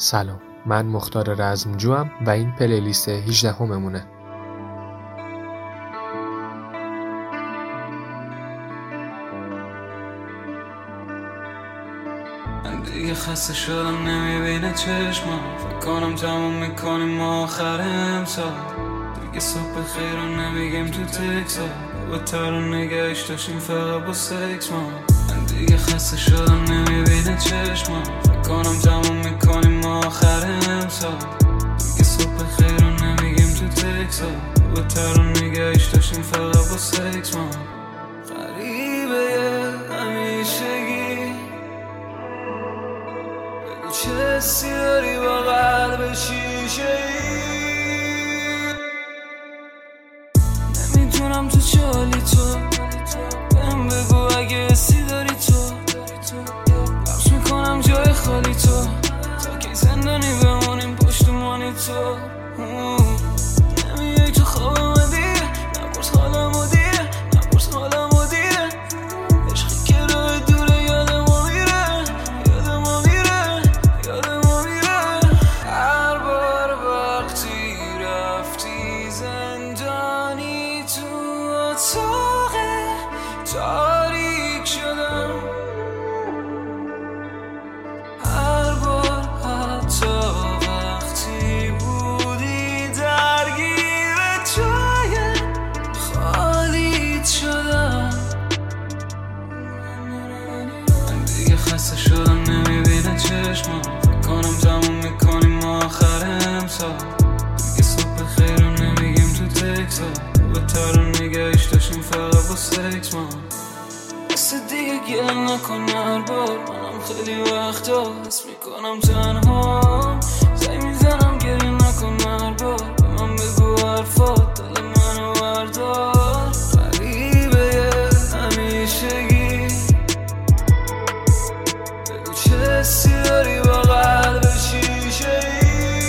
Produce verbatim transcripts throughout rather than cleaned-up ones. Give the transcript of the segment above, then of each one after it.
سلام، من مختار رزمجوام و این پلیلیست هجدهممونه. من دیگه خسته شدم نمیبینه چشمم، فکر کنم تموم میکنیم آخر امسال. دیگه صبح خیر رو نمیگیم تو تکسا، با تر نگهش داشتیم فقط با سکس. من دیگه خسته شدم نمیبینه چشمم، فکر کنم تموم میکنیم آخر امسال. دیگه صبح خیر رو نمیگیم تو تکسا، با تر نگهش داشتیم فقط با سکس. غریبه همیشگی، چه حسی داری با قلب شیشه ای؟ نمیدونم تو چه حالی تو، بهم بگو اگه حسی داری تو. بخش میکنم جای خالی تو، تا که زندانی بمونیم پشتمانی تو. نمیای تو خوابم دیگه، نپرس حالمو دیگه، نپرس حالمو دیگه. عشقی که راه دوره یادم میره، یادم میره، یادم میره. هر بار وقتی رفتی زندانی تو اتاق تاریک شدم. هر بار حتی وقتی بودی درگیر جای خالیت شدم. من دیگه خسته شدم نمیبینه چشمم، فکر کنم تموم میکنیم آخر امسال. دیگه صبح خیر رو نمیگیم تو تکسا، با تر نگهش داشتیم فقط با سکس. من مثل دیگه گل نکن هر بار، منم خیلی وقتا حس میکنم تنها. زنگ میزنم گریه نکن هر بار، به من بگو حرفات دل منو بردار. غریبه همیشگی، بگو چه حسی داری با قلب شیشه ای؟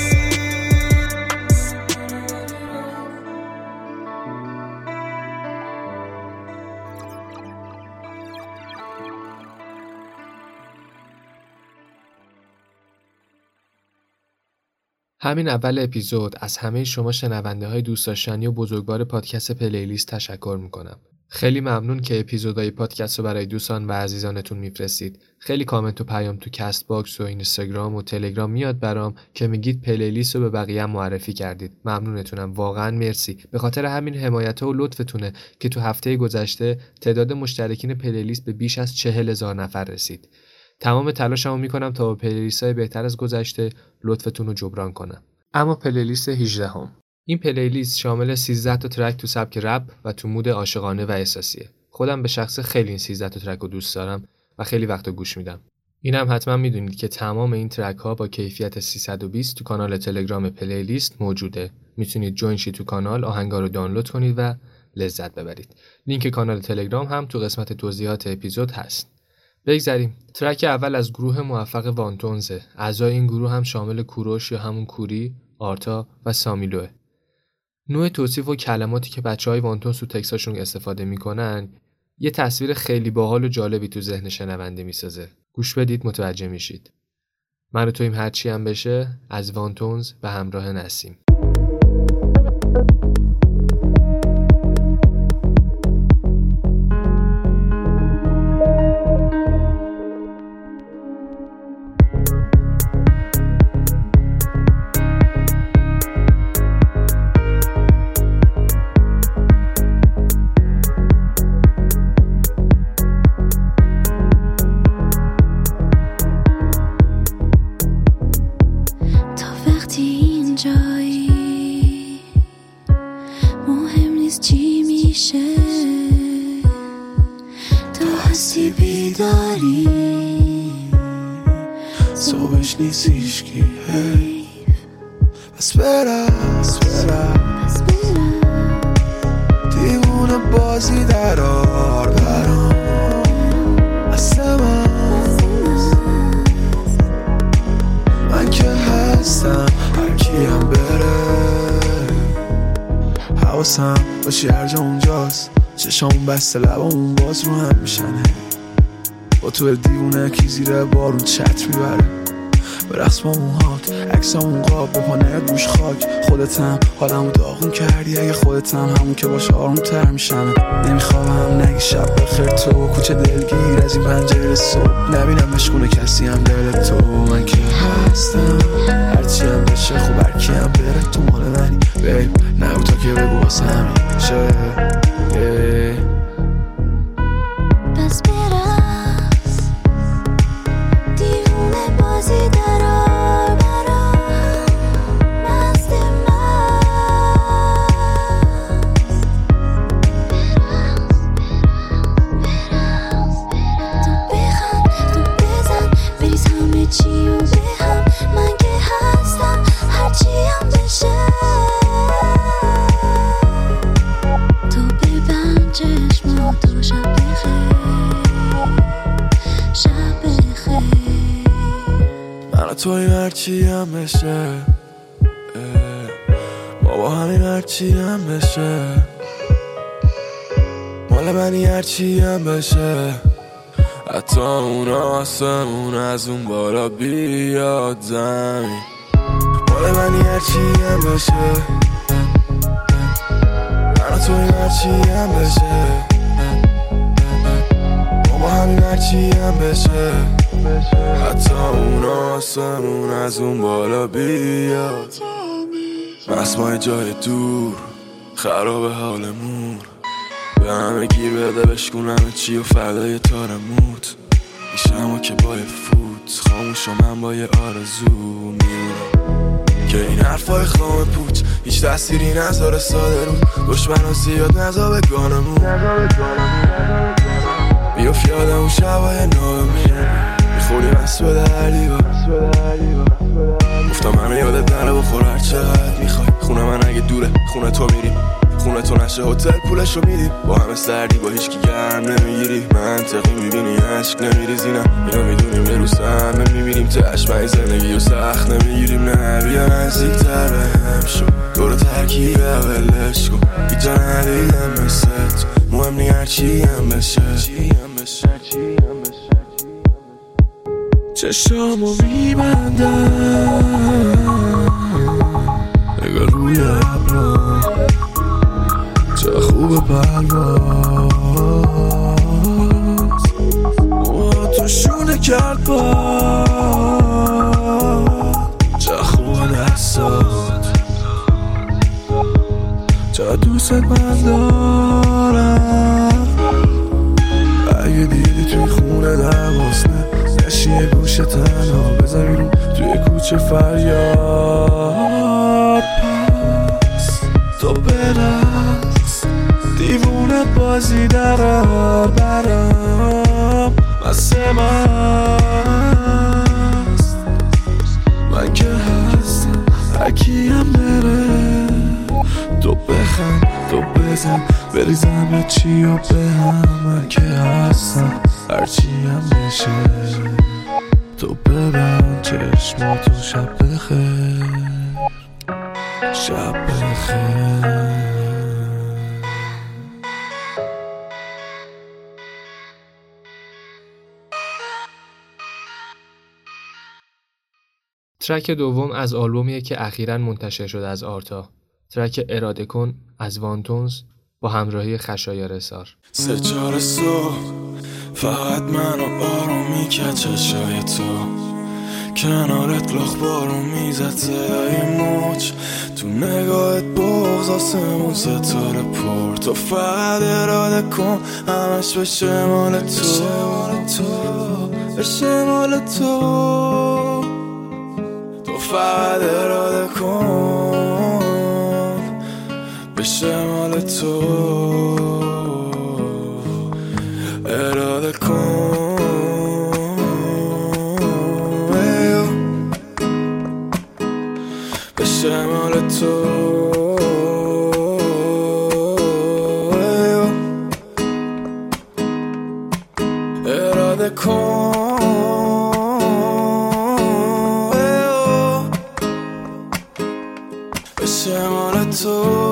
همین اول اپیزود از همه شما شنونده های دوست داشتنی و بزرگوار پادکست پلیلیست تشکر میکنم. خیلی ممنون که اپیزودهای پادکست رو برای دوستان و عزیزانتون میفرستید. خیلی کامنت و پیام تو کست باکس و اینستاگرام و تلگرام میاد برام که میگید پلیلیست رو به بقیه هم معرفی کردید. ممنونتونم، واقعا مرسی. به خاطر همین حمایت و لطفتونه که تو هفته گذشته تعداد مشترکین پلیلیست به بیش از چهل هزار نفر رسید. تمام تلاشمو میکنم تا با پلیلیست‌های بهتر از گذشته لطفتون رو جبران کنم. اما پلیلیست هجدهم. این پلیلیست شامل سیزده تا ترک تو سبک رپ و تو مود عاشقانه و احساسیه. خودم به شخص خیلی این سیزده تا ترک رو دوست دارم و خیلی وقتا گوش میدم. اینم حتما میدونید که تمام این ترک ها با کیفیت سیصد و بیست تو کانال تلگرام پلیلیست موجوده. میتونید جوین شید تو کانال، آهنگا رو دانلود کنید و لذت ببرید. لینک کانال تلگرام هم تو قسمت توضیحات اپیزود هست. بگذریم. ترک اول از گروه موفق وانتونزه. اعضای این گروه هم شامل کوروش یا همون کوری، آرتا و سامیلوه. نوع توصیف و کلماتی که بچهای وانتونز تو تکساشون استفاده میکنن یه تصویر خیلی باحال و جالبی تو ذهن شنونده میسازه. گوش بدید متوجه میشید. من و تویم هرچی هم بشه از وانتونز به همراه نسیم. صبحش نیست هیشکی هی بس برم دیوونه بازی درار برام اصلا من که هستم هر کیم بره حواسم باشی هر جا اونجاست چشامون بسته لبامون باز رو هم میشنه با تو دیوونه کی زیر بارون چت میبره برقص با موهات، عکسمون قاب به پانه گوش خاک. خودتم حالمو داغون کردی، اگه خودتم همون که باشه آروم تر میشم. نمیخوام نگی شب بخیر تو کوچه دلگیر از این پنجره صبح نبینم مشغول کسی هم دل تو. من که هستم هرچی هم بشه خوب هرکی هم بره تو مال منی بیب. نگو تا که بگو واسه همیشه پس برقص دیوونه بازی درار برام مست مست. تو بخند تو بزن بریز همه چی و به هم. من که هستم هرچی هم بشه. تو ببند چشماتو شب بخیر شب بخیر. من و توی هرچی هم بشه، ما با همین هرچی هم بشه. مال منی هرچی هم بشه، حتی اون آسمون از اون بالا بیاد زمین. مال منی هرچی هم بشه، من و توی هرچی هم بشه. ما با همین هرچی هم بشه، حتی اون آسمون از اون بالا بیاد. مسمای جای دور خراب حالمون، به همه گیر بده بشکنم چی و فردای تارموت میشم و که با یه فوت خاموش و من با یه آرزو میمونم که این حرفای خام پوچ هیچ تأثیری نذاره ساده رو دشمن ها زیاد نزا به گانمون. بیاف یادم اون شبای نامیر میخوری مست به دردیبا. گفتم منو یادت نره بخور هر چقدر میخوای. خونه من اگه دوره خونه تو میریم، خونه تو نشه هتل پولشو میدیم. با همه سردی با هیچ کی گرم نمیگیری، منطقی میبینی عشق نمیریزی. نه اینو میدونیم یه روز همه میبینیم چشمای زندگی و سخت نمیگیریم. نه بیا نزدیک تر بهم شو دور ترکیب اولش کن. هیچ جا ندیدم مثل تو، مهم نی هرچی هم بشه. چشامو میبندم نگاه روی ابرا چه خوب پرواز. موها تو شونه کرد باد، چه خوب دستات چه دوست من دارم. اگه دیدی توی خونه دوازنه نشی یه گوشه تنها بزن بیرون توی کوچه فریاد. پس تو برقص دیوونه بازی درار برام مست مست. من که هستم هرکی هم بره. تو بخند تو بزن بریز همه چی و به هم. من که هستم هرچی هم بشه. تو ببند چشماتو شب بخیر شب بخیر. ترک دوم از آلبومیه که اخیراً منتشر شده از آرتا. ترک اراده کن از وانتونز با همراهی خشایار اسار. سه چهار صبح فقط منو آرومی که چشای تو کنارت لخ بارو میزد صدای موج تو نگاهت بغض آسمون ستاره پر. تو فقط اراده کن همش بشه مال تو بشه مال تو. تو فقط اراده کن بشه مال تو. اراده کن بشه مال تو. اراده کن بشه مال تو.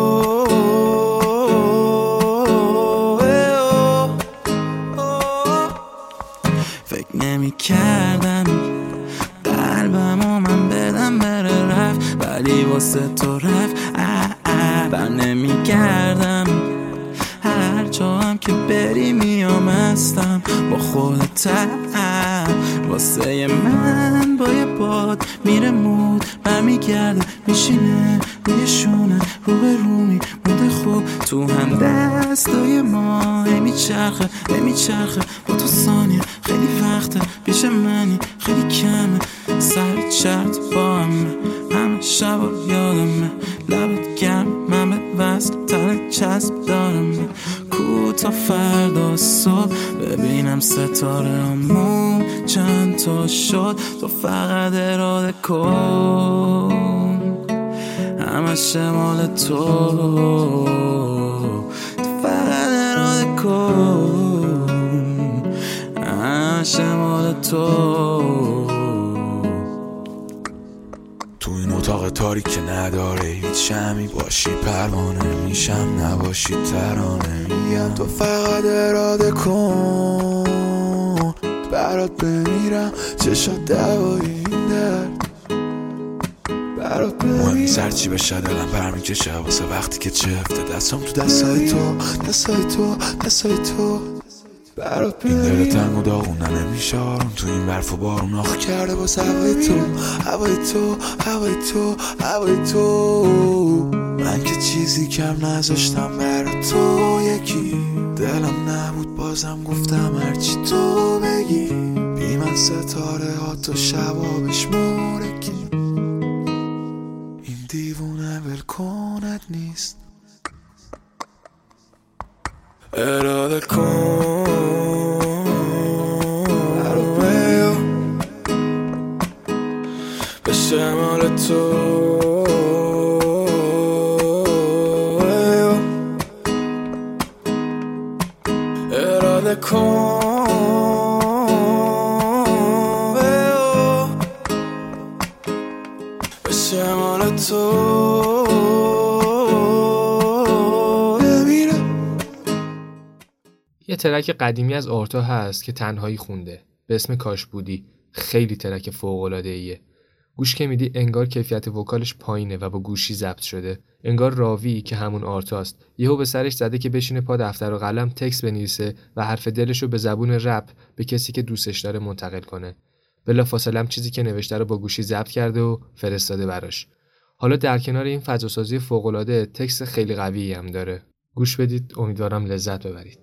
فکر نمی کردم قلبمو مثل تو رفت بر نمیگردم، هر جا هم که بری میام هستم با خودت، واسه من با یه باد میره مود برمیگرده میشینه روی شونه رو به رومی موده خوب تو هم دستای ما نمیچرخه نمیچرخه با تو ثانیه خیلی وقته پیش منی خیلی کمه سر چرت با همه همه شبا یادمه لبت گرم من به وصل تن چسب دارم کو تا فردا صبح ببینم ستاره همون چند تا شد تو فقط اراده کن همه شمال تو تو فقط اراده کن همه شمال تو تو این اتاق تاریک که نداره هیچ شمی باشی پروانه میشم نباشی ترانه میگم تو فقط اراده کن برات بمیرم چشات دوایی این درد برات بمیرم مهم سرچی بشه دلم برمیکشه واسه وقتی که چفته دستم تو دستای تو دستای تو دستای تو برات این دل تنگ و داغونه نمیشه آروم تو این برف و بارون آخ کرده باز هوای تو هوای تو هوای تو هوای تو من که چیزی کم نذاشتم برای تو یکی دلم نبود بازم گفتم هرچی تو بگی بی من ستاره ها تو شبابش مورکی این دیوونه ولکنت نیست اراده کن برو بشه مال تو اراده کن بشه مال تو یه ترک قدیمی از آرتا هست که تنهایی خونده به اسم کاش بودی. خیلی ترک فوق‌العاده‌ایه. گوش که میدی انگار کیفیت وکالش پایینه و با گوشی ضبط شده. انگار راوی که همون آرتاست یهو به سرش زده که بشینه پا دفتر و قلم تکست بنویسه و حرف دلشو به زبون رپ به کسی که دوستش داره منتقل کنه. بلافاصله هم چیزی که نوشته رو با گوشی ضبط کرده و فرستاده براش. حالا در کنار این فضاسازی فوق‌العاده تکست خیلی قویی هم داره. گوش بدید، امیدوارم لذت ببرید.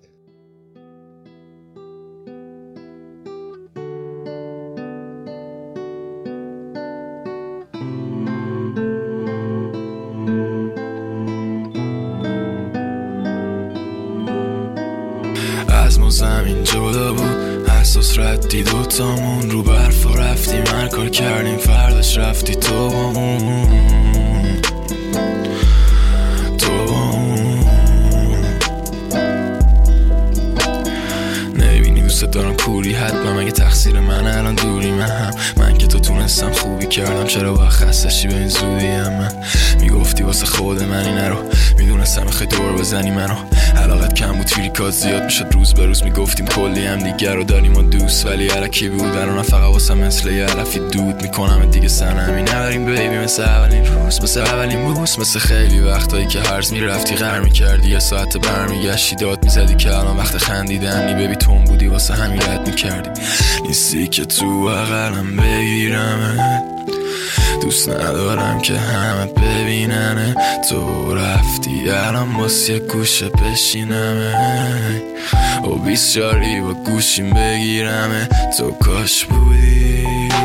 از ما زمین جدا بود احساس ردی دوتامون رو برفا رفتیم هر کار کردیم فرداش رفتی تو با اون تو با اون نمیبینی دوست دارم کوری حتما مگه تقصیر من الان دوری من هم من که تو تونستم خوبی کردم چرا باید خستشی به این زودی هم من میگفتی واسه خود من این رو میدونستم خیلی دور بزنی منو علاقت کم بود فیریکات زیاد میشد روز به روز میگفتیم کلی هم دیگر رو داریم و دوست ولی علکی بود الان فقط واسه مثل یه علفی دود میکنم دیگه سنمی نداریم بیبی مثل اولین روز مثل اولین بوس مثل خیلی وقتایی که هرز میرفتی غر میکردی یه ساعت برمیگشتی داد میزدی که الان وقت خندیدنی بیبی تون بودی واسه همین رد میکردی نیستی که تو بغلم بگیرم دوست ندارم که همه ببیننه تو رفتی الان باز یه گوشه بشینمه و بیست جاری با گوشیم بگیرمه تو کاش بودی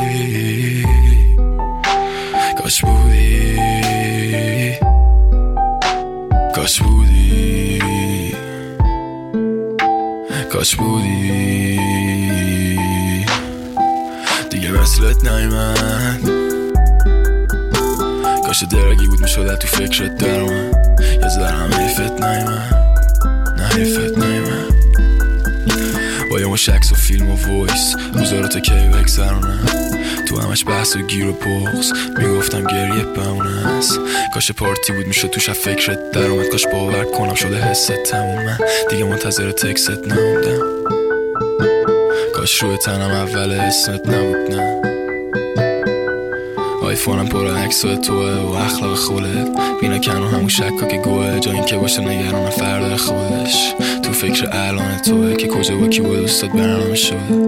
کاش بودی کاش بودی کاش بودی دیگه مثلت نیمد کاش درگی بود میشد تو فکرت در من یه ذرم حیفت نیمد نه حیفت نیمد با یه مش عکس و فیلم و وایس روزارو کی بگذرونم تو همش بحث و گیر و بغض میگفتم گریه بمونه است کاش پارتی بود میشد توش فکرت در اومد کاش باور کنم شده حست تموم من دیگه منتظر تکست نموندم کاش روی تنم اول اسمت نبود نه آیفونم پر عکسای توه و اخلاق خودت، بینا کنون همون شکا که گوه، جا این که باشه نگران فردا خودش. تو فکر الان توه که کجا با کی با دوستات برنامه شده.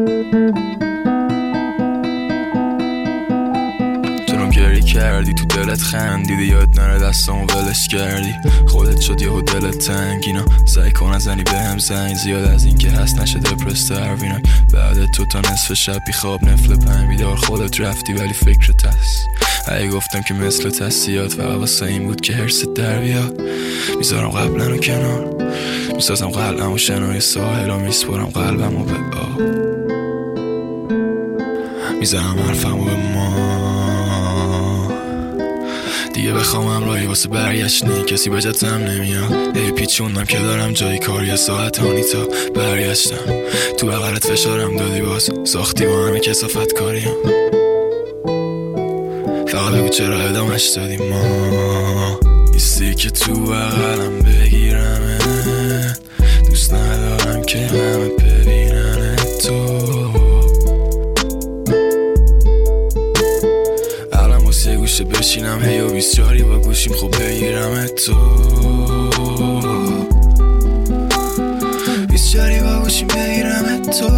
گری کردی تو دلت خندیدی، یاد نره دستامو ولش کردی، خودت شد یهو دلت تنگ. اینا سعی کن نزنی بهم زنگ، زیاد از این که هست نشه دپرس تروینک. بعد تو تا نصف شب بی خواب نفل پنج بیدار خودت رفتی ولی فکرت هست. ای گفتم که مثل تصیاد فقط واسه این بود که حرست در بیاد. میذارم قبلن و کنار، میسازم قلبم و شنای ساحل و میسپرم قلبم و به آب، میذارم حرفم و به ما دیگه بخوام همراهی واسه برگشت نی کسی به جتم نمیاد. ای پیچوندم که دارم جایی کاری ساعت آنیتا برگشتم تو بغلت فشارم دادی باز ساختی با همه کسافت کاریم. فقط بگو چرا ادامش دادی ما ایستی که تو بغلم بگیرمه. دوست ندارم که همه ببینن تو یه گوشه بشینم هی و بیست جاری با گوشیم خب بگیرم تو بیست جاری با گوشیم بگیرم تو.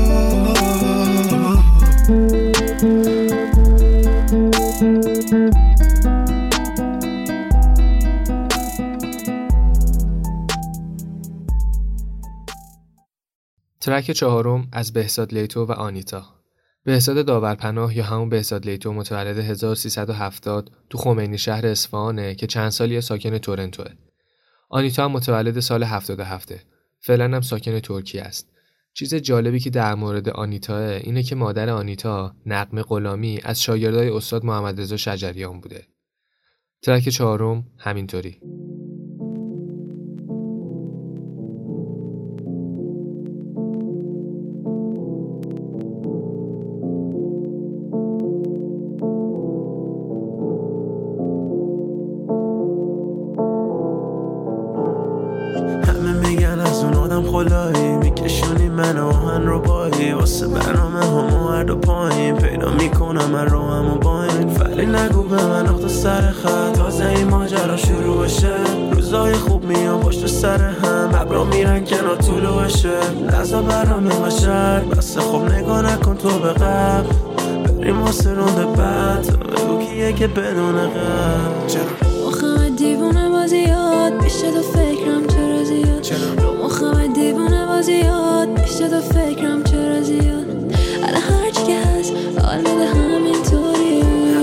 ترک چهارم از بهزاد لیتو و آنیتا. بهزاد داورپناه یا همون بهزاد لیتو متولد هزار و سیصد و هفتاد تو خمینی شهر اصفهانه که چند سالی ساکن تورنتوه. آنیتا هم متولد سال هفتاد و هفت. فعلا هم ساکن ترکیه است. چیز جالبی که در مورد آنیتا اینه که مادر آنیتا نغمه غلامی از شاگردای استاد محمد رضا شجریان بوده. ترک چهارم همینطوری. خلایی میکشونی من آهن رو بایی واسه برنامه همو هر دو پایین پیدا میکنم من رو همو باین. ولی نگو به من اخت سر خط تازه این ماجرا شروع بشه. روزای خوب میان پشت سر هم ابرا میرن کنار طولو بشه. نزا برنامه بشر بسه خوب نگاه نکن تو به قبل بریم واسه رونده بعد تا بگو کیه که بدون قبل. چرا مخمه دیوونه بازیات میشه تو فکرم چرا زیاد. چرا مخمه دیوونه بازیات میشه تو فکرم چرا زیاد. الان هرچی که هست حال میده همینطوری.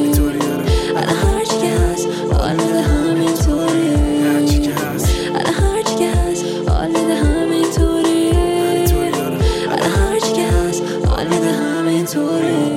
الان هرچی که هست حال میده همینطوری. الان هرچی که هست حال میده همینطوری. الان هرچی که هست حال میده همینطوری.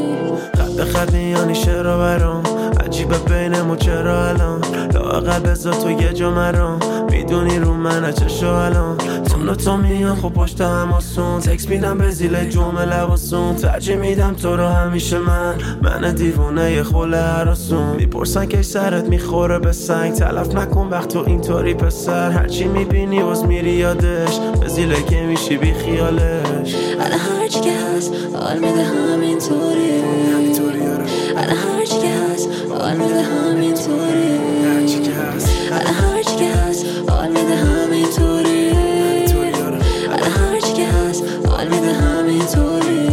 خط خط میانی شعر برام عجیبه بینمون چرا الان لااقل بذار تو یه جا مرام میدونی رو منه چشو الان تو تو میان خب پشت هم آسون تکس میدم به زیل جمعه لباسون ترجیح میدم تو رو همیشه من من دیوونه یه خوله هراسون میپرسن که سرت میخوره به سنگ تلف نکن وقت تو اینطوری پسر هرچی میبینی باز میری یادش به زیله که میشی بی خیالش. الان هرچی که هست حال میده همینطوری. الان هرچی که هست حال میده همینطوری. الان هرچی که هست حال میده همینطوری. الان هرچی که هست حال میده همینطوری.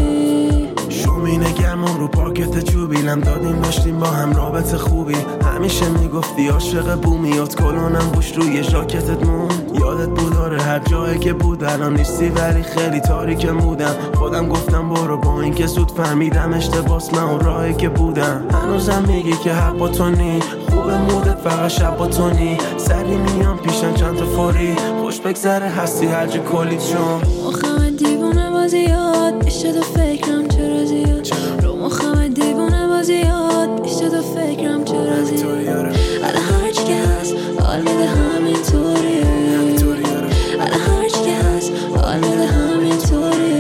شومینه گرمون رو پاکت چوبیلم دادیم داشتیم با هم رابطه خوبی همیشه میگفتی عاشق بومیات کلونم بوش روی ژاکتت مون یادت بود داره هر جایی که بود الان نیستی ولی خیلی تاریکم بودم خودم گفتم برو با این که زود فهمیدم اشتباس من اون راهی که بودم هنوزم میگی که حق با تو نی خوبه مودت فقط شب با تو نی سری میام پیشن چند تا فوری خوش بگذره هستی هر جا کلید شم مخمه دیوونه بازیات میشه تو فکرم چرا زیاد. رو مخمه دیوونه بازیات میشه تو فکرم چرا زیاد. الان هرچی که هست حال میده همینطوری. الان هرچی که هست حال میده همینطوری.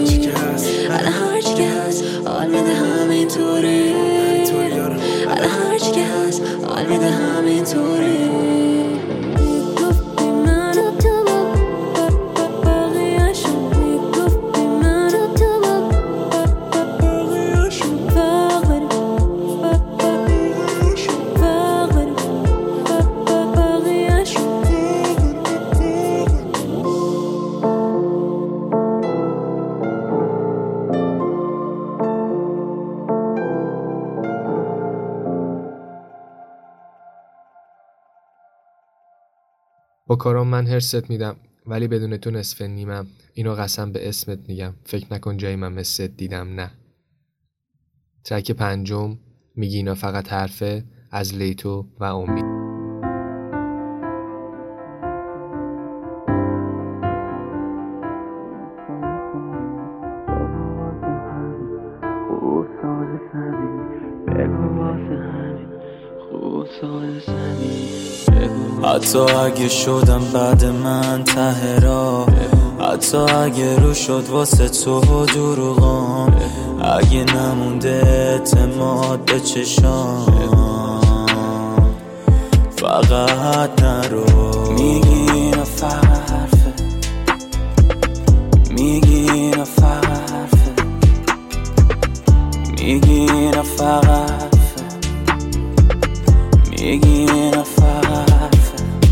الان هرچی که هست حال میده همینطوری. الان هرچی که هست حال میده همینطوری. با کارام من هرست میدم ولی بدون تو نصف نیمم. اینو قسم به اسمت میگم، فکر نکن جایی من مثلت دیدم. نه. ترک پنجم میگی اینا فقط حرفه از لیتو و امید. حتی اگه شدم بعد من ته را، حتی اگه رو شد واسه تو دروغام، اگه نمونده اعتماد به چشام، فقط نرو. میگی اینا فقط حرفه، میگی اینا فقط حرفه، میگی اینا فقط حرفه، میگی اینا فقط حرفه.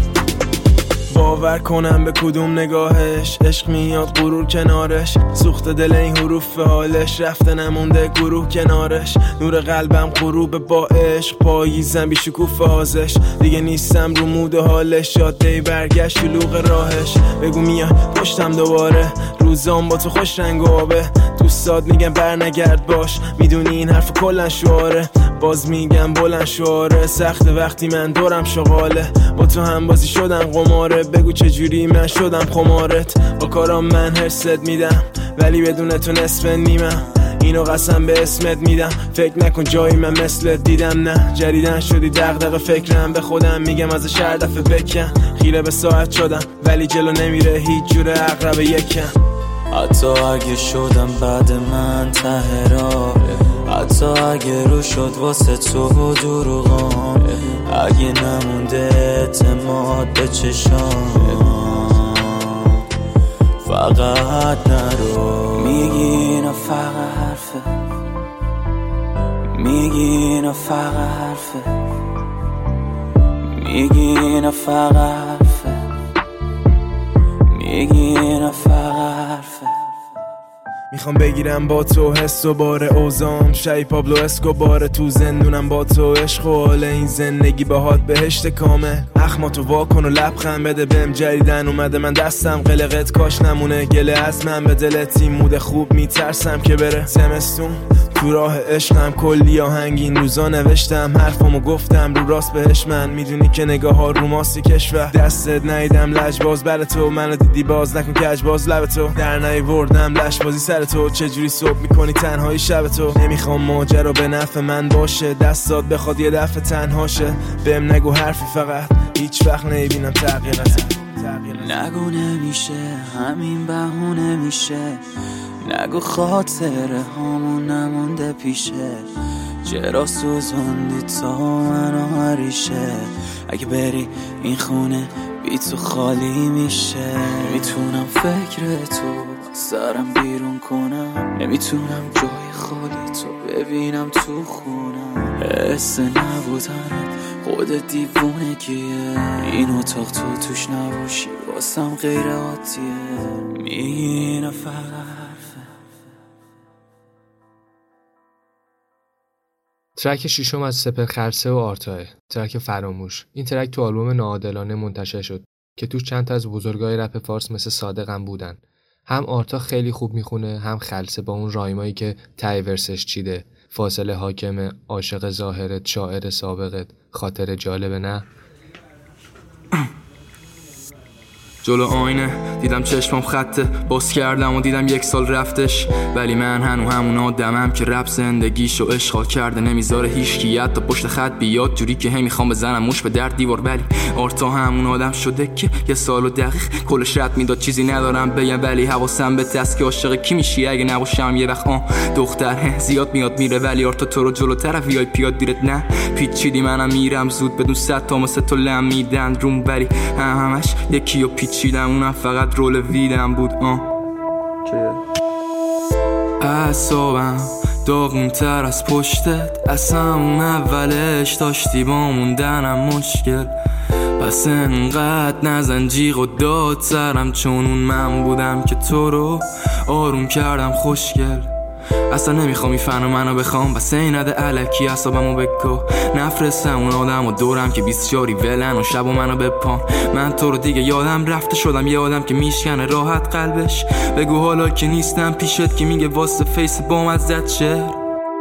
باور کنم به کدوم نگاهش، عشق میاد غرور کنارش، سوخت دل این حروف به حالش، رفته نمونده گروه کنارش، نور قلبم غروب با عشق، پاییزم بی شکوفه هازش، دیگه نیستم رو مود و حالش، جاده برگشت شلوغ راهش، بگو میاد پشتم دوباره، روزام با تو خوش رنگ و آبه، دوستات میگن بر نگرد باش، میدونی این حرف کلن شعاره، باز میگم بلند شعاره، سخت وقتی من دورم شغاله، با تو هم بازی شدم قماره، بگو چجوری من شدم خمارت، با کارام من هرست میدم ولی بدون تو نصف نیمم، اینو قسم به اسمت میدم، فکر نکن جایی من مثلت دیدم. نه جریدن شدی دغدغه فکرم، به خودم میگم از هر دفعه بکن، خیره به ساعت شدم ولی جلو نمیره هیچ جوره عقرب یکم. حتی اگه شدم بعد من ته را، حتی اگه رو شد واسه تو دروغام، اگه نمونده اعتماد به چشام، فقط نرو. میگی اینا فقط حرفه، میگی اینا فقط حرفه، میگی اینا فقط حرفه، میگی اینا فقط حرفه. میخوام بگیرم با تو حس و بار اوزام، شای پابلو اسکوبار، تو زندونم با تو عشق و حال این زندگی باهات بهشت کامل، اخماتو واکن و لبخند بده بهم، جریدن اومده من دستم قلقت، کاش نمونه گله از من به دلت، این مود خوب میترسم که بره زمستون، تو راه عشقم کلی آهنگین روزا نوشتم، حرفمو گفتم رو راست بهش، من میدونی که نگاه ها رو ماسی کشور، دستت نیدم لجباز بر تو، منو دیدی باز نکن که اجباز لب تو، در نیوردم لشبازی سر تو، چجوری صبح میکنی تنهایی شب تو، نمیخوام ماجرا به نفع من باشه، دستات بخواد یه دفعه تنهاشه، بهم نگو حرفی فقط، هیچ وقت نمیبینم تغییرت. نگو نمیشه همین بهونه میشه، نگو خاطره هامون نمونده پیشه، چرا سوزوندی تا منو هریشه، اگه بری این خونه بی تو خالی میشه، نمیتونم فکر تو سرم بیرون کنم، نمیتونم جای خالی تو ببینم تو خونم، حس نبودنت خود دیوونه کیه، این اتاق تو توش نباشی واسم غیر عادیه، میگی فقط. ترک ششم از سپر خرسه و آرتاه، ترک فراموش. این ترک تو آلبوم ناعادلانه منتشر شد که توش چند تا از بزرگای رپ فارس مثل صادقم بودن. هم آرتا خیلی خوب میخونه، هم خلسه با اون رایمایی که ته ورسش چیده، فاصله حاکمه، عاشق ظاهرت، شاعر سابقت، خاطر جالبه نه. جلو آینه دیدم چشمم خطه، باز کردم و دیدم یک سال رفتش، ولی من هنو همون آدمم که رپ زندگیشو اشغال کرده، نمیذاره هیچ کی حتی پشت خط بیاد، جوری که هی میخوام بزنم موش به در دیوار، ولی آرتا همون آدم شده که یه سال و دقیق کلش رد میداد، چیزی ندارم بگم ولی حواسم به دست که عاشق کی میشی اگه نباشم یه وقت. آه دختر زیاد میاد میره، ولی آرتا تو رو جلوتر وی آی پیات دیرت نه پیچیدی، منم میرم زود بدون صد تا مثل تو لم میدن روم، ولی هم همش یکی و پیچیدم، اونم فقط رول ویدم بود. آه اعصابم داغون تر از پشتت، اصلا اون اولش داشتی با موندنم مشکل، پس انقدر نزن جیغ و داد سرم، چون اون من بودم که تو رو آروم کردم خوشگل، اصلا نمیخوام این فن و منو بخوام بس این نده علکی اصابمو بکو نفرستم اون آدم و دورم که بیسیاری ولن و شب و منو بپان من تو رو دیگه یادم رفته شدم یه آدم که میشکنه راحت قلبش بگو حالا که نیستم پیشت که میگه واسه فیس بام از زد شعر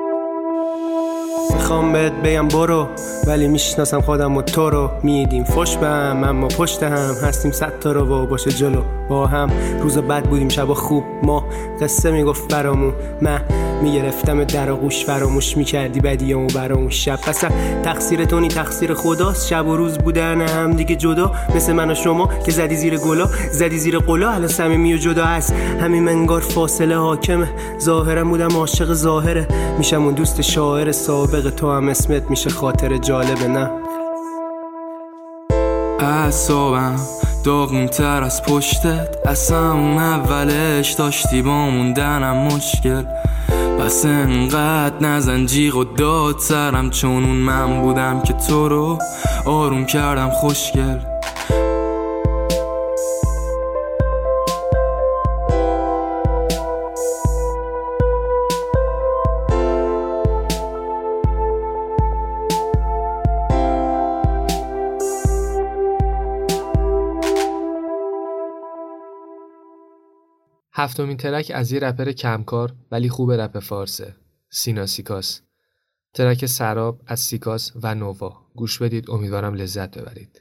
میخوام بهت بگم برو ولی میشناسم خودم و تو رو میدیم فش به هم اما پشت هم هستیم صد تا رو و باشه جلو با هم روز بد بودیم شب خوب ما قصه میگفت برامون من میگرفتم در آغوش فراموش میکردی بدیامو برامون شب پس تقصیر تو نی تقصیر خداست شب و روز بودن هم دیگه جدا مثل من و شما که زدی زیر گلا زدی زیر قلا الان صمیمی و جدا هست همین منگار فاصله حاکمه ظاهرا بودم عاشق ظاهره میشم اون دوست شاعر سابق تو هم اسمت میشه خاطر جالبه نه اعصابم داغون تر از پشتت اصلا اون اولش داشتی با موندنم مشکل پس انقدر نزن جیغ و داد سرم چون اون من بودم که تو رو آروم کردم خوشگل هفتمین ترک از یه رپر کمکار ولی خوب رپ فارسه، سینا سیکاس. ترک سراب از سیکاس و نووا. گوش بدید، امیدوارم لذت ببرید.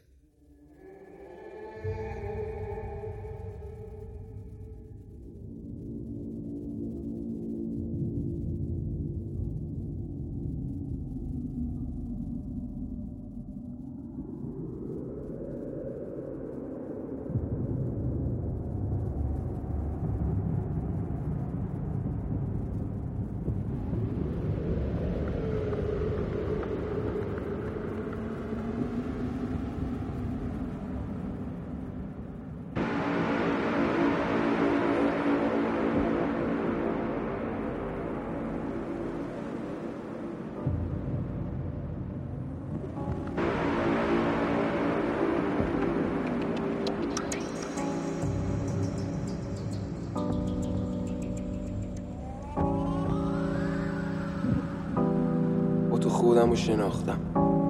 تو خودم رو شناختم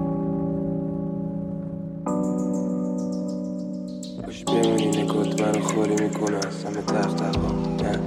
باش بمونی نگات منو خالی میکنه از همه تختقا نه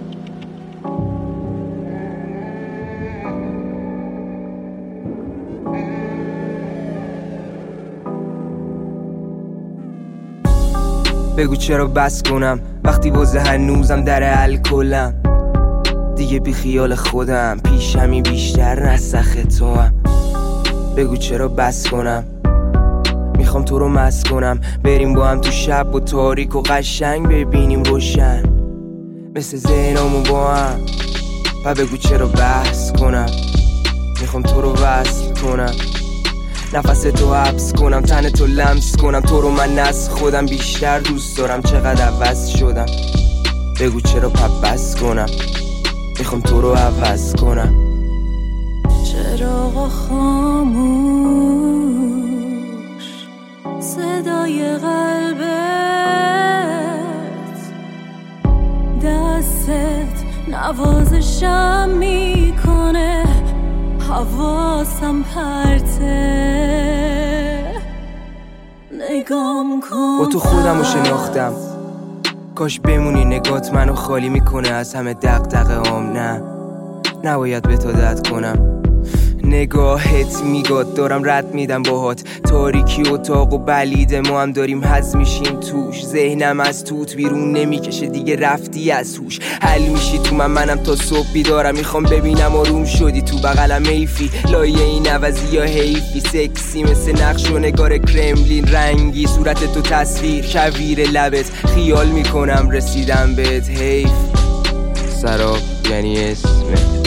بگو چرا بس کنم وقتی بازه هنوزم در الکلم دیگه بی خیال خودم پیش همی بیشتر نسخ تو هم بگو چرا بس کنم میخوام تو رو مست کنم بریم با هم تو شب و تاریک و قشنگ ببینیم روشن مثل ذهنمون با هم و بگو چرا بحث کنم میخوام تو رو وصل کنم نفس تو حبس کنم تن تو لمس کنم تو رو من از خودم بیشتر دوست دارم چقدر عوض شدم بگو چرا پس کنم میخوام تو رو عوض کنم چراغ خاموش صدای قلبت دستت نوازشم میکنه حواسم پرته نگام کن با تو خودم رو شناختم کاش بمونی نگات منو خالی میکنه از همه دغدغه هام نه نباید به تو دد کنم نگاهت میگاد دارم رد میدم باهات تاریکی اتاق و بلید ما هم داریم حز میشیم توش ذهنم از توت بیرون نمیکشه دیگه رفتی از هوش حل میشی تو من منم تا صبح بیدارم میخوام ببینم آروم شدی تو بغلم ایفی لایه این عوضی یا حیفی سکسی مثل نقش و نگار کرملین رنگی صورت تو تصویر شویر لبت خیال میکنم رسیدم بهت حیف سراب یعنی اسمت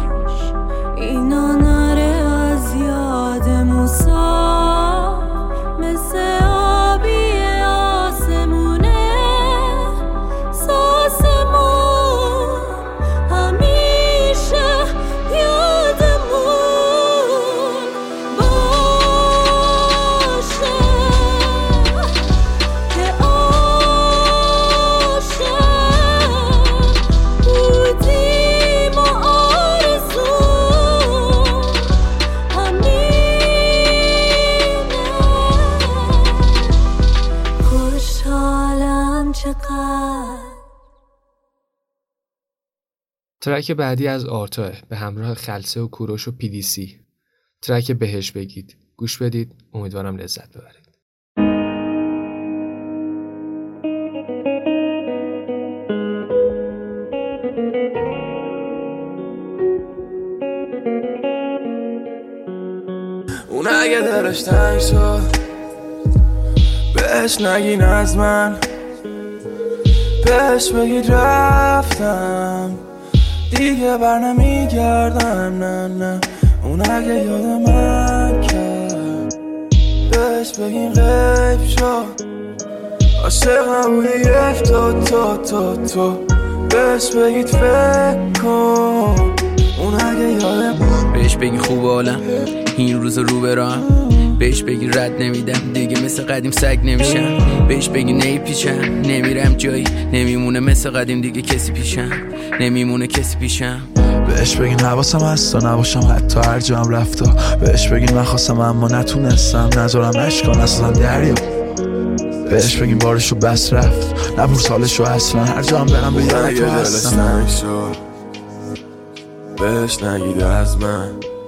اینا نره از یادمون ساخت ترک بعدی از آرتا به همراه خلسه و کوروش و پی دی سی. ترک بهش بگید. گوش بدید، امیدوارم لذت ببرید. اون اگه دلش تنگ شد بهش نگین از من، بهش بگید رفتم دیگه بر نمیگردم. نه نه اون اگه یاد من کرد بهش بگین غیب شد، عاشقم بودی رفت تو تو تو تو بهش بگید فکر کن. اون اگه یاد بهش بگین خوب حالم این روز رو برام، بهش بگی رد نمیدم دیگه مثل قدیم سگ نمیشم، بهش بگی نیپیچم نمیرم جایی نمیمونه مثل قدیم دیگه کسی پیشم نمیمونه کسی پیشم. بهش بگین حواسم هست تا نباشم حتی هر جا هم رفتا، بهش بگین من خواستم اما نتونستم نذارم اشکان اصلا دریا، بهش بگین بارشو بس رفت نبور سالشو اصلا هر جا هم برم به یاد تو هستم. بهش نگید از من،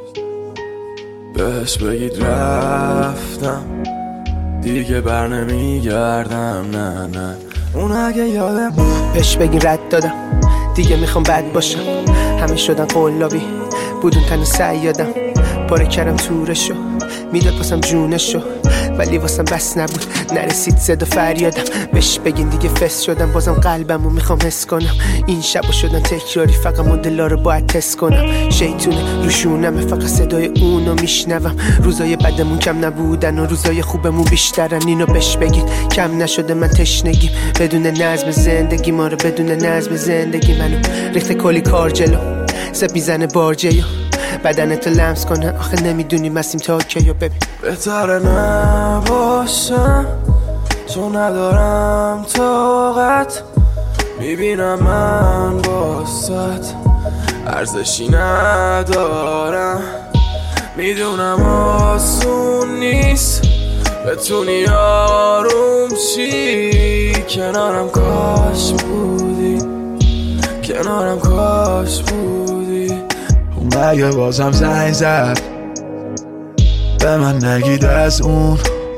بهش بگید رفتم دیگه بر نمیگردم. نه نه اون اگه یادم بهش بگین رد دادم دیگه میخوام بد باشم، همه شدن قلابی بودون تن سیادم، پاره کردم تورشو میداد واسم جونشو ولی واسم بس نبود نرسید صدا فریادم. بهش بگین دیگه فس شدم بازم قلبمو میخوام حس کنم، این شبا شدن تکراری فقط مدلا رو باید تست کنم، شیطونه روشونمه فقط صدای اونو میشنوم، روزای بدمون کم نبودن و روزای خوبمون بیشترن، اینو بهش بگید کم نشده من تشنگیم بدون نظم زندگی ما رو بدون نظم زندگی منو ریخت کلی کار جلو سب میزنه بارجه بدنتو لمس کنه آخه نمیدونی مسیم تا کیو ببین. بهتره نباشم چون ندارم طاقت، میبینم من باست ارزشی ندارم، میدونم آسون نیست بتونی آروم چی، کنارم کاش بودی کنارم کاش بودی. اون اگه بازم زنگ زد به من نگید از اون،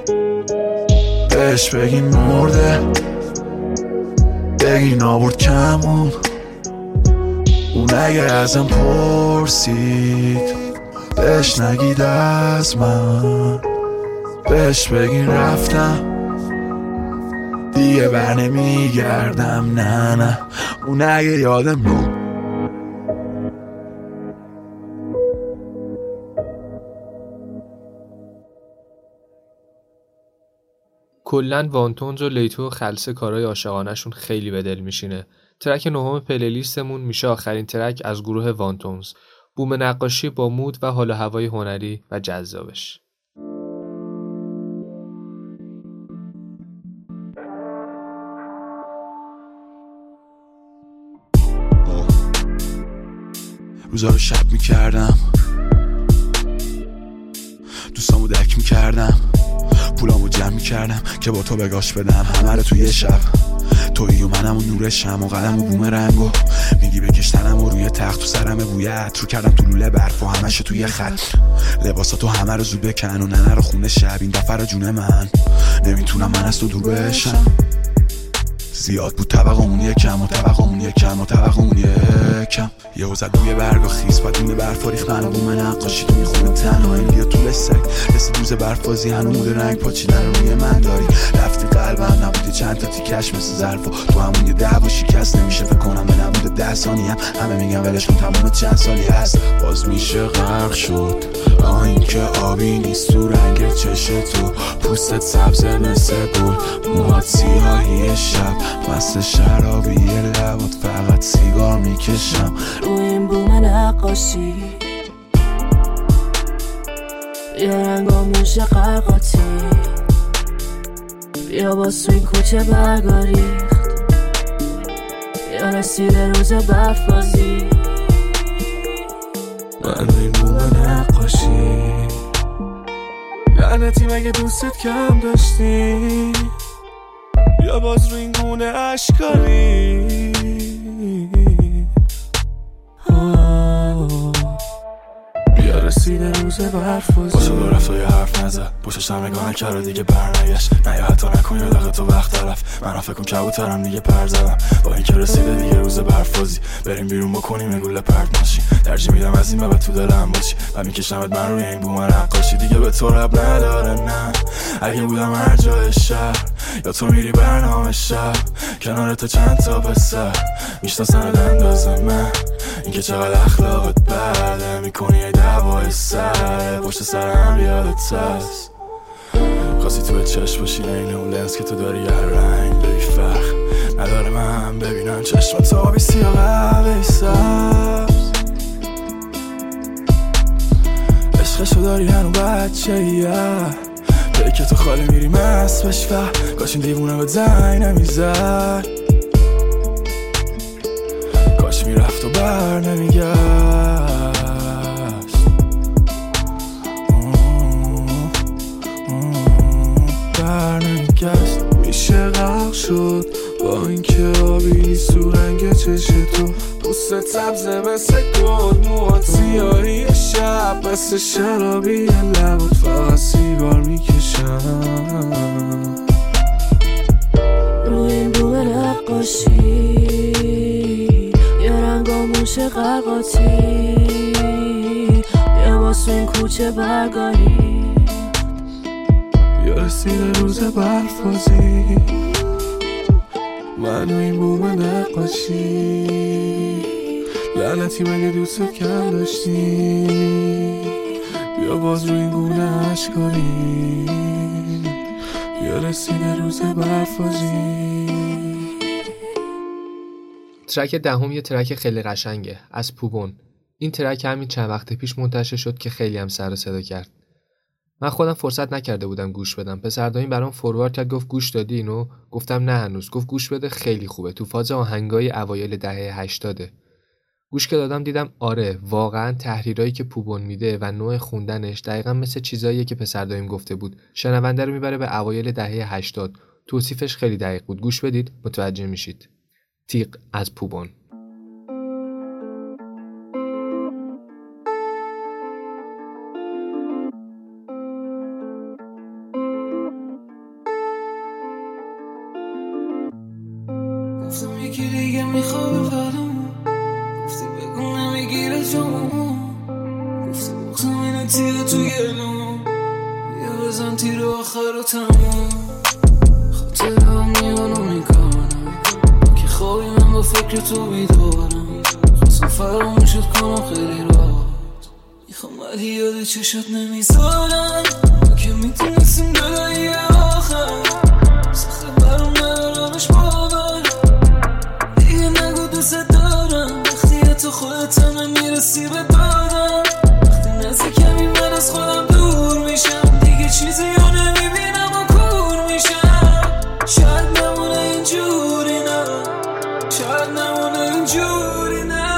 بهش بگین مرده بگین آورد کمون. اون اگه ازم پرسید بهش نگید از من، بهش بگین رفتم دیگه بر نمیگردم. نه نه اون اگه یادم بود. کلن وانتونز و لیتو و خلسه کارهای عاشقانه‌شون خیلی به دل میشینه. ترک نهم پلیلیستمون میشه آخرین ترک از گروه وانتونز، بوم نقاشی با مود و حال و هوای هنری و جذابش. روزا رو شب میکردم دوستامو دک میکردم پولامو جمع میکردم که با تو بگاش بدم همه رو توی شب، تویی و منم و نور شم و قلم و بوم رنگو میگی بکشتنم و روی تخت تو سرم بوی عطر کردم تو لوله برف و همشو توی خط، لباساتو همه رو زود بکن و ننه رو خونه شب این دفعه رو جون من نمیتونم من از تو دور بشم، زیاد بود طبقمون یکم و طبقمون یکم و طبقمون یکم، یهو زد روی برگا خیس بدون برف و ریخت منو بوم نقاشی تو میخونه تنها این بیا طول سگ رسید روز برفازی هنوز رنگ پاچیدن روی من داری رفتی قلبم نبودی چند تا تیکش مثل ظرفا تو همون یه دعوا شکست نمیشه فکر کنم به نبوده ده ثانیه هم همه میگن ولش کن تموم چند سالی هست باز میشه غرق شد آه این که آبی نیست تو رنگ چش تو پوستت سبز مثل گل موهات سیاهی شب مست شرابی لبات فقط سیگار میکشم روی این بوم نقاشی بیا رنگا میشه قرقاتی بیا با سوی کوچه برگا ریخت بیا رسیده روز برف بازی من روی این بوم نقاشی لعنتی مگه دوستت کم داشتی بیا باز روی این گونه اشکاری بیا رسیده روز برفازی باشه دو رفت و یه حرف نزد پشتش هم نگاه نکرد دیگه برنگشت نه یا حتی نکن یا دقیقه تو وقت طرف من فکر کن کبوترم دیگه پر زدم با این که رسیده دیگه روز برفازی بریم بیرون بکنیم یه گوله پرت ماشین ترجیح میدم از این بعد تو دلم باشی و میکشمت من روی این بوم نقاشی دیگه به تو رب نداره نه اگه بودم هر جای شهر یا تو میری برنامه شب کنار تو چند تا پسر میشناسن اندازه من اینکه چقدر اخلاقت بده میکنی ای دوای سر پشت سرم یادت هست خواستی تو چشم باشی این اون لنز که تو داری هر رنگ ببی فرق نداره من ببینم چشم تابی سیاه قهوه‌ای سبز عشقشو داری هنو بچه یه جایی که تو خالی میری مست بش و کاش این دیوونه به زنگ نمیزد کاش میرفت و بر نمیگشت بر نمیگشت میشه غرق شد با اینکه آبی نیست و رنگ چش تو پوست سبزه مثل گل موات سیاهی شب مثل شرابی لبات فقط سیگار میکشم روی این بوم نقاشی یا رنگاموش قرقاتی یا واسه این کوچه برگاری یا رسیده روز برفازی من و این بوم نقاشی لعنتی مگه دوست کم داشتی بیا باز روی این گونه اشکاری یا رسیده روز برفازی. ترک دهم یه ترک خیلی قشنگه از پوبون. این ترک همین چند وقت پیش منتشر شد که خیلی هم سر و صدا کرد. من خودم فرصت نکرده بودم گوش بدم. پسر داییم برام فوروارد کرد گفت گوش دادی اینو؟ گفتم نه هنوز. گفت گوش بده خیلی خوبه. تو فاز آهنگای اوایل دهه هشتاده. گوش که دادم دیدم آره واقعا تحریرایی که پوبون میده و نوع خوندنش دقیقاً مثل چیزاییه که پسر داییم گفته بود. شنونده رو میبره به اوایل دهه هشتاد. توصیفش خیلی دقیق بود. گوش بدید متوجه میشید. تیغ از پوبون. گفتم یکی دیگه میخوابه برام گفتی بگو نمیگیره جامو گفتی بخصم اینه تیره تو گلوم بیا بزن تیر آخر و تمام خاطر هم میانو میکنم که خوابی من با فکر تو بیدارم خواستم فراموشت کنم خیلی راحت میخوام ولی یاد چشات نمیذارم که میتونستیم دلایی آخر سخته برام ندارمش باور دیگه نگو دوست دارم وقتی تو خودت هم نمیرسی به دادم وقتی نزدیکمی من از خودم دور میشم دیگه چیزی رو نمیبینم و کور میشم شاید نمونه اینجوری نه شاید نمونه اینجوری نه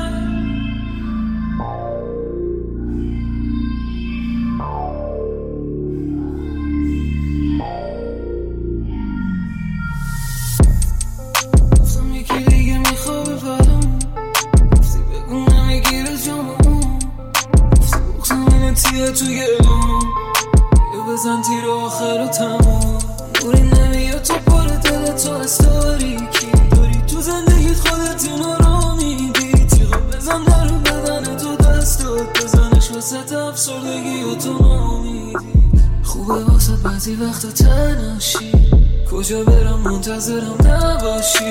گفتم یکی دیگه میخوابه برام گفتی بگو نمیگیره جامو گفتی بخصم اینه تیه تو گلوم بیا بزن تیر آخر و تمام نوری نمیاد تو پر دل تو از تاریکی داری تو زندگیت خودت اینو رو میدی تیغا بزن در بدن تو دستات بزنش وسط افسردگی و تو نامیدی خوبه واسه بعضی وقتا تنشی کجا برم منتظرم نباشی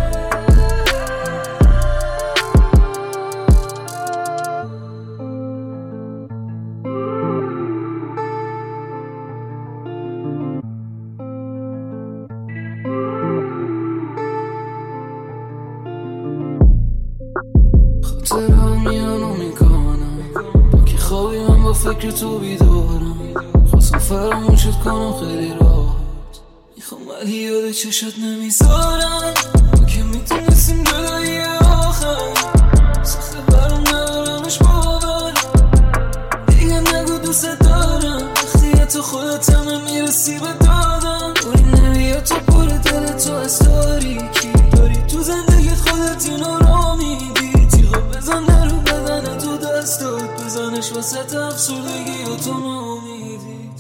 خاطر هم میانو میکنم که خوابی من با فکر تو بیدارم خواستم فراموشت کنم خیلی راحت میخوام ولی یاد چشات نمیذارم که میتونستیم جدایی آخر سخته برام ندارمش باور دیگه نگو دوست دارم وقتی تو خودت هم نمیرسی به دادم دوری نمیاد تو پر دل تو از تاریکی داری تو زندگیت خودت اینو رو میدی تیغا بزن وسط افسردگی و تو ناامیدیت.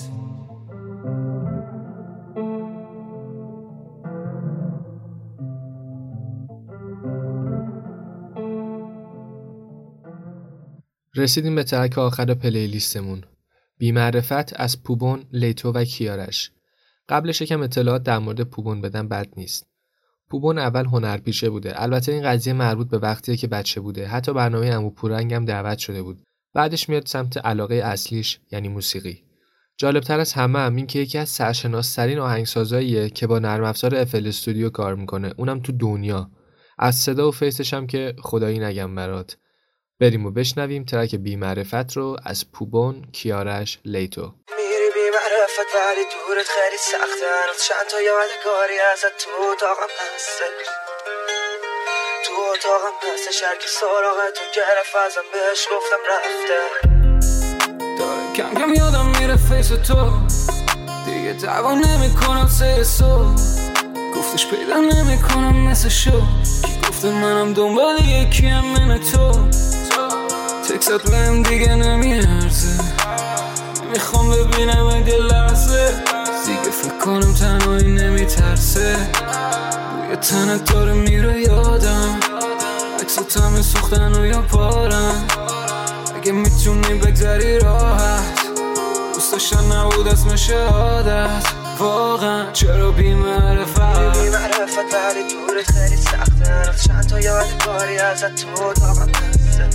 رسیدیم به ترک آخر پلیلیستمون، بی‌معرفت از پوبون، لیتو و کیارش. قبلش یکم اطلاعات در مورد پوبون بدم بد نیست. پوبون اول هنرپیشه بوده. البته این قضیه مربوط به وقتیه که بچه بوده. حتی برنامه عمو پورنگ هم دعوت شده بود. بعدش میاد سمت علاقه اصلیش، یعنی موسیقی. جالبتر از همه هم این که یکی از سرشناس‌ترین آهنگسازاییه که با نرم افزار اف ال استودیو کار میکنه، اونم تو دنیا. از صدا و فیسش هم که خدایی نگم برات. بریم و بشنویم ترک بی‌معرفت رو از پوبون، کیارش، لیتو. میری بی‌معرفت ولی دورت خیلی سخته، هنوز چند تا یادگاری ازت تو اتاقم هسته، تو اتاقم هستش. هرکی سراغتو گرفت ازم بهش گفتم رفته. داره کم کم یادم میره فیس تو، دیگه دعوا نمی کنم سه سو. گفتش پیدا نمی کنم مثل شو، کی گفته منم دنبال یکیم من تو. تکست بهم دیگه نمیارزه، نمیخوام ببینم این لحظه. دیگه فکر کنم تنهایی نمیترسه، بوی تنت داره میره یادم. عکسات همه سوختن و یا پارم، اگه میتونی بگذری راحت. دوست داشتن نبود اسم شهادت، واقعا چرا بی‌معرفت؟ بی‌معرفت ولی دورت خیلی سخته، هنوز چند تا یادگاری ازت تو اتاقم هسته،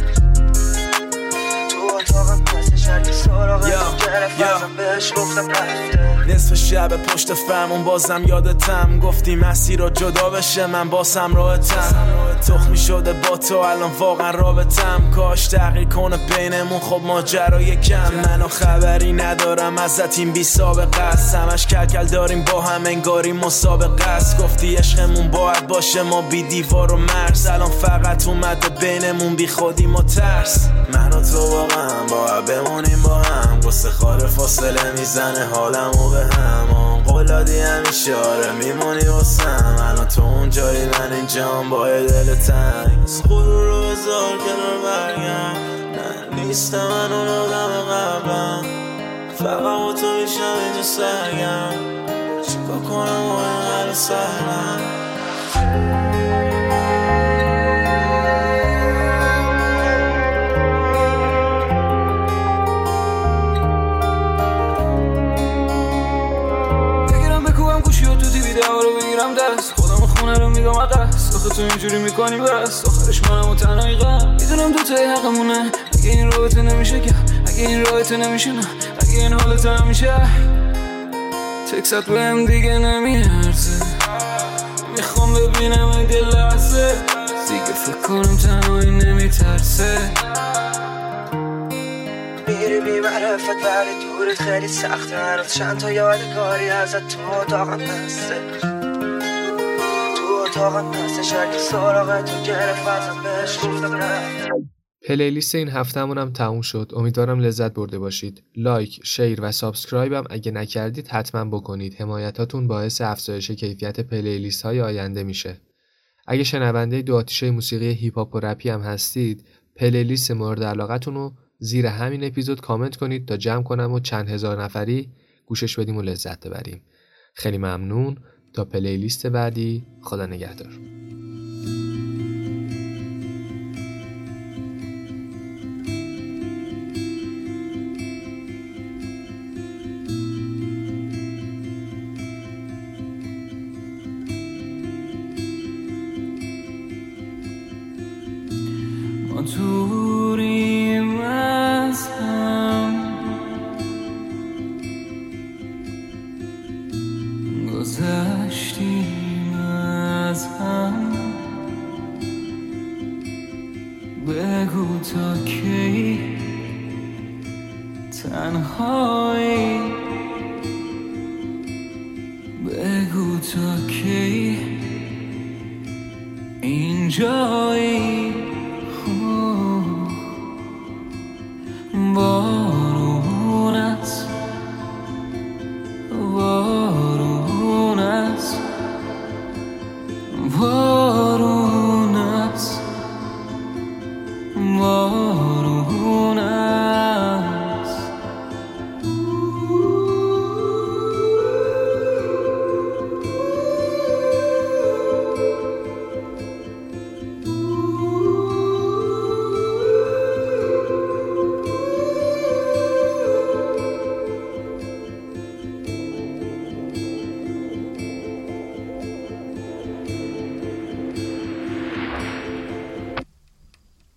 تو اتاقم هستش. هرکی سراغتو گرفت ازم بهش گفتم رفته. نصف شب پشت فرمون بازم یادتم، گفتی مسیر رو جدا بشه من باسم راحتم. تخمی شده با تو الان واقعا رابطم، کاش تغییر کنه بینمون خب ماجرای کم. منو خبری ندارم ازت این بی سابقه است، همش کلکل داریم با هم انگاری مسابقه است. گفتی عشقمون باید باشه ما بی دیوار و مرز، الان فقط اومده بینمون بی خودی ما ترس. من و تو واقعا باید بمونیم با هم، قصه خاره فاصله میزنه حالمو به هم. قولادی همیشه آره میمونی واسم، الان تو اون جایی من اینجام با دل تنگ. از غرور رو بذار کنار برگم، نه نیستم من اون آدم قبلم، فقط با تو میشم اینجا سرگم. چیکار کنم و اینقدر سهلم؟ رو بگیرم دست خودم خونه رو میگم عقص، آخه تو اینجوری میکنی بس آخرش منم و تنهایی غم. میدونم دوتایی حقمونه، اگه این رابطه نمیشه که، اگه این رابطه نمیشه نه، اگه این حالت نمیشه. تکست بهم دیگه نمیارزه، میخوام ببینم این لحظه. دیگه فکر کنم تنهایی نمیترسه. میری بی‌معرفت ولی دورت خیلی سخته، هنوز چند تا یادگاری ازت تو اتاقم هسته، تو اتاقم هستش. هرکی سراغتو گرفت ازم بهش گفتم رفته. پلیلیست این هفته‌مون هم تموم شد. امیدوارم لذت برده باشید. لایک، شیر و سابسکرایب هم اگه نکردید حتما بکنید. حمایتاتون باعث افزایش کیفیت پلیلیست های آینده میشه. اگه شنونده دو آتیشه موسیقی هیپ هاپ و رپی هم هستید، پلیلیست مورد علاقتون رو زیر همین اپیزود کامنت کنید تا جمع کنم و چند هزار نفری گوشش بدیم و لذت ببریم. خیلی ممنون. تا پلیلیست بعدی، خدا نگهدار. ما دوریم از هم، گذشتیم از هم. بگو تا کی تنهایی، بگو تا کی اینجایی. بارون است، بارون است، بارون است، بارون است.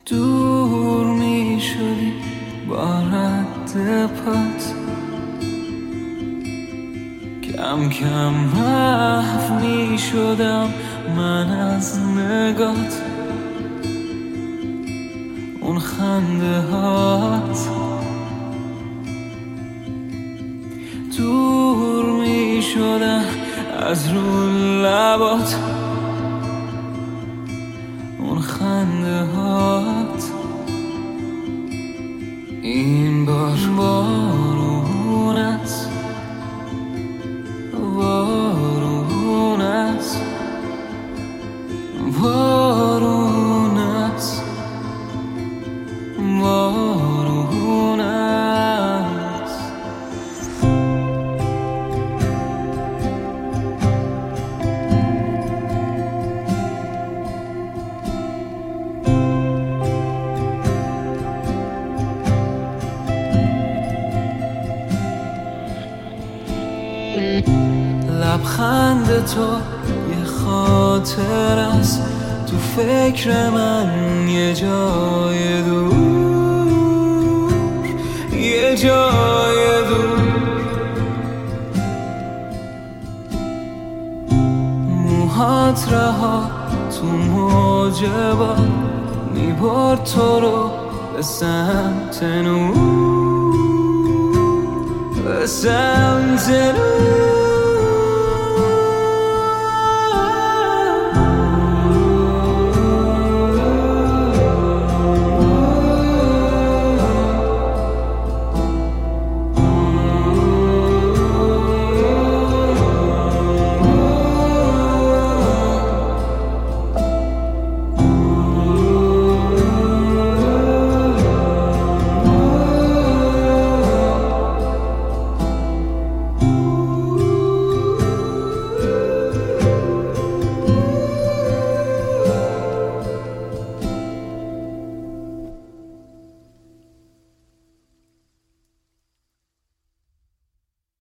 دور می شدی با رد پات، کم کم محو می شدم من از نگات. اون خنده هات دور می شدم از رو لبات. اون خنده هات این بار بارون است، بارون است، بارون است، بارون است. لبخند تو یه خاطر است تو فکر من، یه جای دور، یه جای دور. موهات رها تو موج باد میبرد تو رو به سمت نور، به سمت نور.